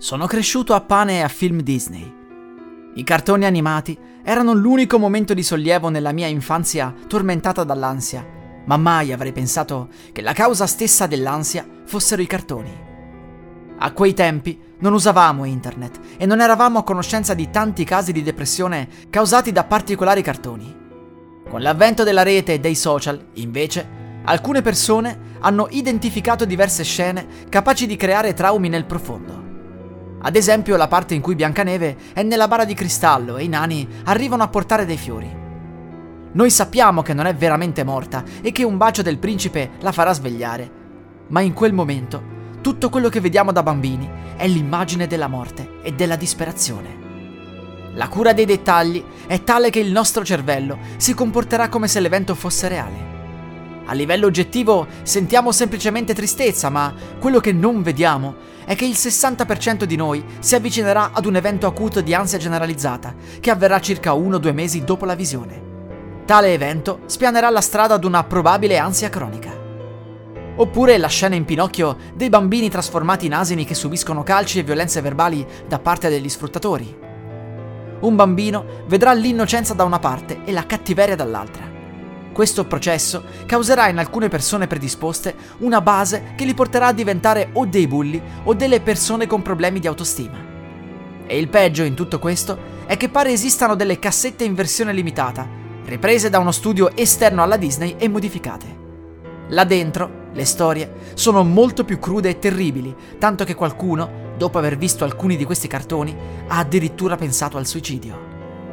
Sono cresciuto a pane e a film Disney. I cartoni animati erano l'unico momento di sollievo nella mia infanzia tormentata dall'ansia, ma mai avrei pensato che la causa stessa dell'ansia fossero i cartoni. A quei tempi non usavamo internet e non eravamo a conoscenza di tanti casi di depressione causati da particolari cartoni. Con l'avvento della rete e dei social, invece, alcune persone hanno identificato diverse scene capaci di creare traumi nel profondo. Ad esempio la parte in cui Biancaneve è nella bara di cristallo e i nani arrivano a portare dei fiori. Noi sappiamo che non è veramente morta e che un bacio del principe la farà svegliare, ma in quel momento tutto quello che vediamo da bambini è l'immagine della morte e della disperazione. La cura dei dettagli è tale che il nostro cervello si comporterà come se l'evento fosse reale. A livello oggettivo sentiamo semplicemente tristezza, ma quello che non vediamo è che il 60% di noi si avvicinerà ad un evento acuto di ansia generalizzata che avverrà circa 1 o 2 mesi dopo la visione. Tale evento spianerà la strada ad una probabile ansia cronica. Oppure la scena in Pinocchio dei bambini trasformati in asini che subiscono calci e violenze verbali da parte degli sfruttatori. Un bambino vedrà l'innocenza da una parte e la cattiveria dall'altra. Questo processo causerà in alcune persone predisposte una base che li porterà a diventare o dei bulli o delle persone con problemi di autostima. E il peggio in tutto questo è che pare esistano delle cassette in versione limitata, riprese da uno studio esterno alla Disney e modificate. Là dentro, le storie sono molto più crude e terribili, tanto che qualcuno, dopo aver visto alcuni di questi cartoni, ha addirittura pensato al suicidio.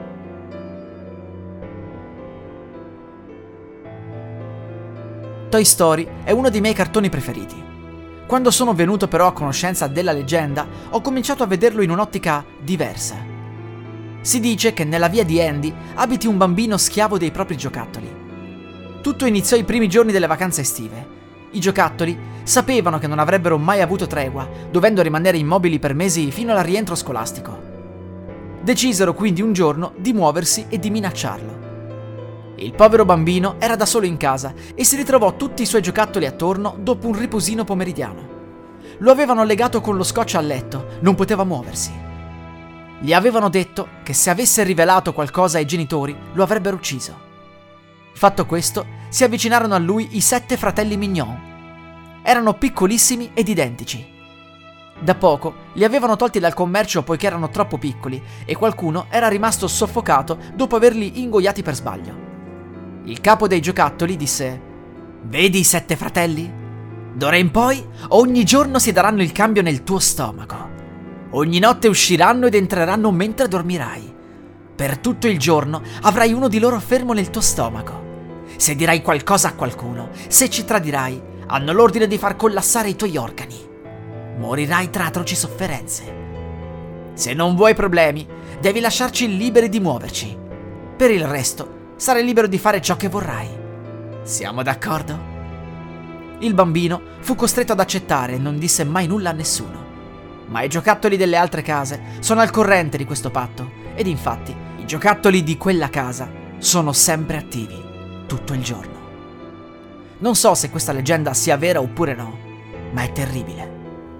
Toy Story è uno dei miei cartoni preferiti. Quando sono venuto però a conoscenza della leggenda, ho cominciato a vederlo in un'ottica diversa. Si dice che nella via di Andy abiti un bambino schiavo dei propri giocattoli. Tutto iniziò i primi giorni delle vacanze estive. I giocattoli sapevano che non avrebbero mai avuto tregua, dovendo rimanere immobili per mesi fino al rientro scolastico. Decisero quindi un giorno di muoversi e di minacciarlo. Il povero bambino era da solo in casa e si ritrovò tutti i suoi giocattoli attorno dopo un riposino pomeridiano. Lo avevano legato con lo scotch al letto, non poteva muoversi. Gli avevano detto che se avesse rivelato qualcosa ai genitori lo avrebbero ucciso. Fatto questo, si avvicinarono a lui i 7 fratelli Mignon. Erano piccolissimi ed identici. Da poco li avevano tolti dal commercio poiché erano troppo piccoli e qualcuno era rimasto soffocato dopo averli ingoiati per sbaglio. Il capo dei giocattoli disse: «Vedi i 7 fratelli? D'ora in poi ogni giorno si daranno il cambio nel tuo stomaco. Ogni notte usciranno ed entreranno mentre dormirai. Per tutto il giorno avrai uno di loro fermo nel tuo stomaco. Se dirai qualcosa a qualcuno, se ci tradirai, hanno l'ordine di far collassare i tuoi organi. Morirai tra atroci sofferenze. Se non vuoi problemi, devi lasciarci liberi di muoverci. Per il resto, sarai libero di fare ciò che vorrai. Siamo d'accordo?» Il bambino fu costretto ad accettare e non disse mai nulla a nessuno. Ma i giocattoli delle altre case sono al corrente di questo patto ed infatti i giocattoli di quella casa sono sempre attivi, tutto il giorno. Non so se questa leggenda sia vera oppure no, ma è terribile.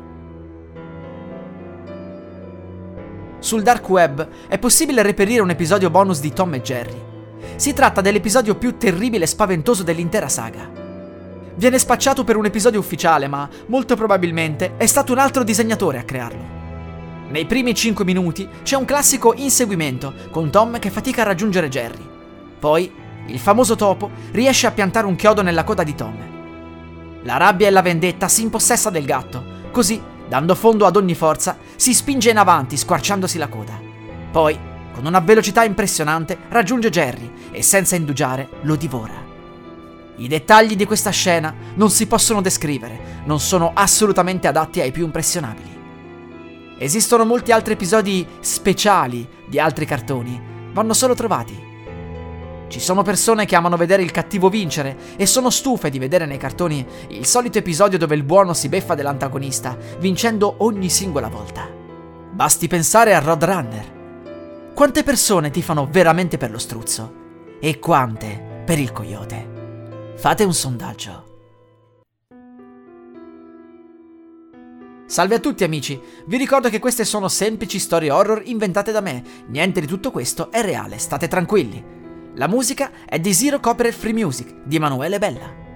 Sul dark web è possibile reperire un episodio bonus di Tom e Jerry. Si tratta dell'episodio più terribile e spaventoso dell'intera saga. Viene spacciato per un episodio ufficiale, ma molto probabilmente è stato un altro disegnatore a crearlo. Nei primi 5 minuti c'è un classico inseguimento, con Tom che fatica a raggiungere Jerry. Poi, il famoso topo riesce a piantare un chiodo nella coda di Tom. La rabbia e la vendetta si impossessa del gatto, così, dando fondo ad ogni forza, si spinge in avanti squarciandosi la coda. Poi, con una velocità impressionante, raggiunge Jerry e senza indugiare lo divora. I dettagli di questa scena non si possono descrivere, non sono assolutamente adatti ai più impressionabili. Esistono molti altri episodi speciali di altri cartoni, vanno solo trovati. Ci sono persone che amano vedere il cattivo vincere e sono stufe di vedere nei cartoni il solito episodio dove il buono si beffa dell'antagonista, vincendo ogni singola volta. Basti pensare a Roadrunner. Quante persone tifano veramente per lo struzzo? E quante per il coyote? Fate un sondaggio. Salve a tutti amici, vi ricordo che queste sono semplici storie horror inventate da me, niente di tutto questo è reale, state tranquilli. La musica è di Zero Copyright Free Music di Emanuele Bella.